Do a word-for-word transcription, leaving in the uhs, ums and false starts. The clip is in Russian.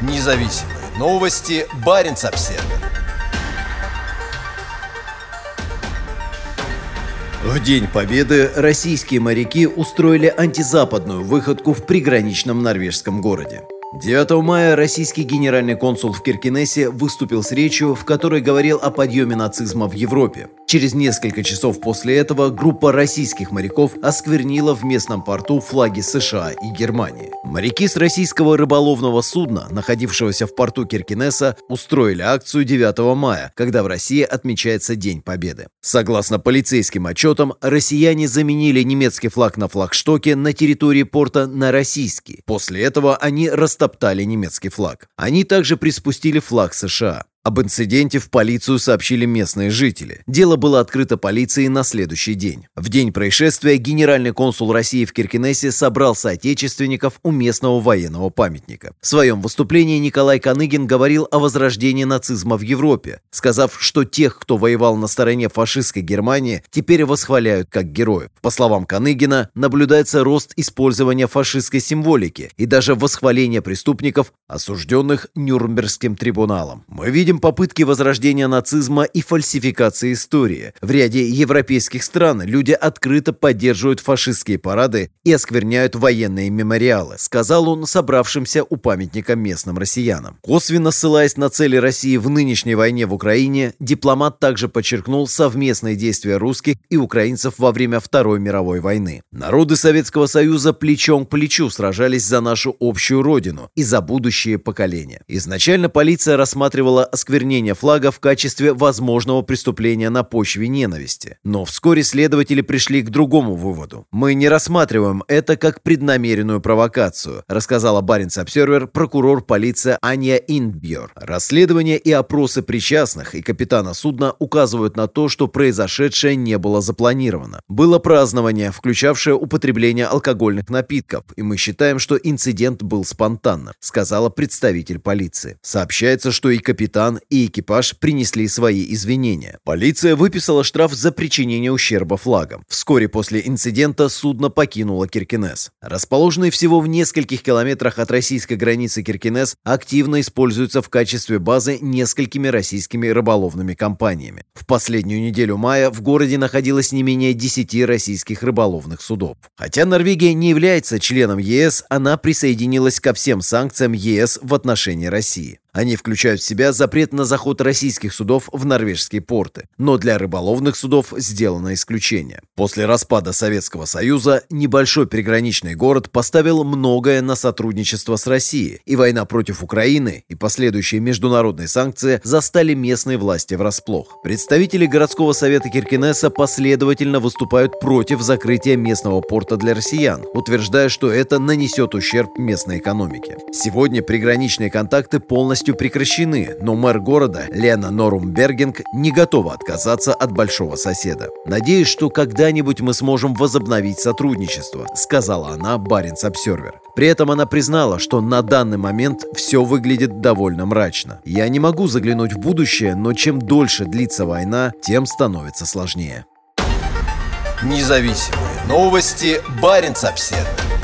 Независимые новости. Баренц-Обсервер. В День Победы российские моряки устроили антизападную выходку в приграничном норвежском городе. девятого мая российский генеральный консул в Киркенесе выступил с речью, в которой говорил о подъеме нацизма в Европе. Через несколько часов после этого группа российских моряков осквернила в местном порту флаги США и Германии. Моряки с российского рыболовного судна, находившегося в порту Киркенеса, устроили акцию девятого мая, когда в России отмечается День Победы. Согласно полицейским отчетам, россияне заменили немецкий флаг на флагштоке на территории порта на российский. После этого они растоптали немецкий флаг. Они также приспустили флаг США. Об инциденте в полицию сообщили местные жители. Дело было открыто полицией на следующий день. В день происшествия генеральный консул России в Киркенесе собрал соотечественников у местного военного памятника. В своем выступлении Николай Каныгин говорил о возрождении нацизма в Европе, сказав, что тех, кто воевал на стороне фашистской Германии, теперь восхваляют как героев. По словам Каныгина, наблюдается рост использования фашистской символики и даже восхваление преступников, осужденных Нюрнбергским трибуналом. Мы видим попытки возрождения нацизма и фальсификации истории. В ряде европейских стран люди открыто поддерживают фашистские парады и оскверняют военные мемориалы, сказал он собравшимся у памятника местным россиянам. Косвенно ссылаясь на цели России в нынешней войне в Украине, дипломат также подчеркнул совместные действия русских и украинцев во время Второй мировой войны. Народы Советского Союза плечом к плечу сражались за нашу общую родину и за будущие поколения. Изначально полиция рассматривала осквернение флага в качестве возможного преступления на почве ненависти. Но вскоре следователи пришли к другому выводу. «Мы не рассматриваем это как преднамеренную провокацию», рассказала Баренц-Обсервер прокурор полиции Аня Индбьер. Расследования и опросы причастных и капитана судна указывают на то, что произошедшее не было запланировано. Было празднование, включавшее употребление алкогольных напитков, и мы считаем, что инцидент был спонтанным, сказала представитель полиции. Сообщается, что и капитан, и экипаж принесли свои извинения. Полиция выписала штраф за причинение ущерба флагам. Вскоре после инцидента судно покинуло Киркенес. Расположенный всего в нескольких километрах от российской границы Киркенес активно используется в качестве базы несколькими российскими рыболовными компаниями. В последнюю неделю мая в городе находилось не менее десяти российских рыболовных судов. Хотя Норвегия не является членом ЕС, она присоединилась ко всем санкциям ЕС в отношении России. Они включают в себя запрет на заход российских судов в норвежские порты. Но для рыболовных судов сделано исключение. После распада Советского Союза небольшой приграничный город поставил многое на сотрудничество с Россией, и война против Украины и последующие международные санкции застали местные власти врасплох. Представители городского совета Киркенеса последовательно выступают против закрытия местного порта для россиян, утверждая, что это нанесет ущерб местной экономике. Сегодня приграничные контакты полностью прекращены, но мэр города Лена Норумбергинг не готова отказаться от большого соседа. «Надеюсь, что когда-нибудь мы сможем возобновить сотрудничество», сказала она Баренц-Обсервер. При этом она признала, что на данный момент все выглядит довольно мрачно. «Я не могу заглянуть в будущее, но чем дольше длится война, тем становится сложнее». Независимые новости. Баренц-Обсервер.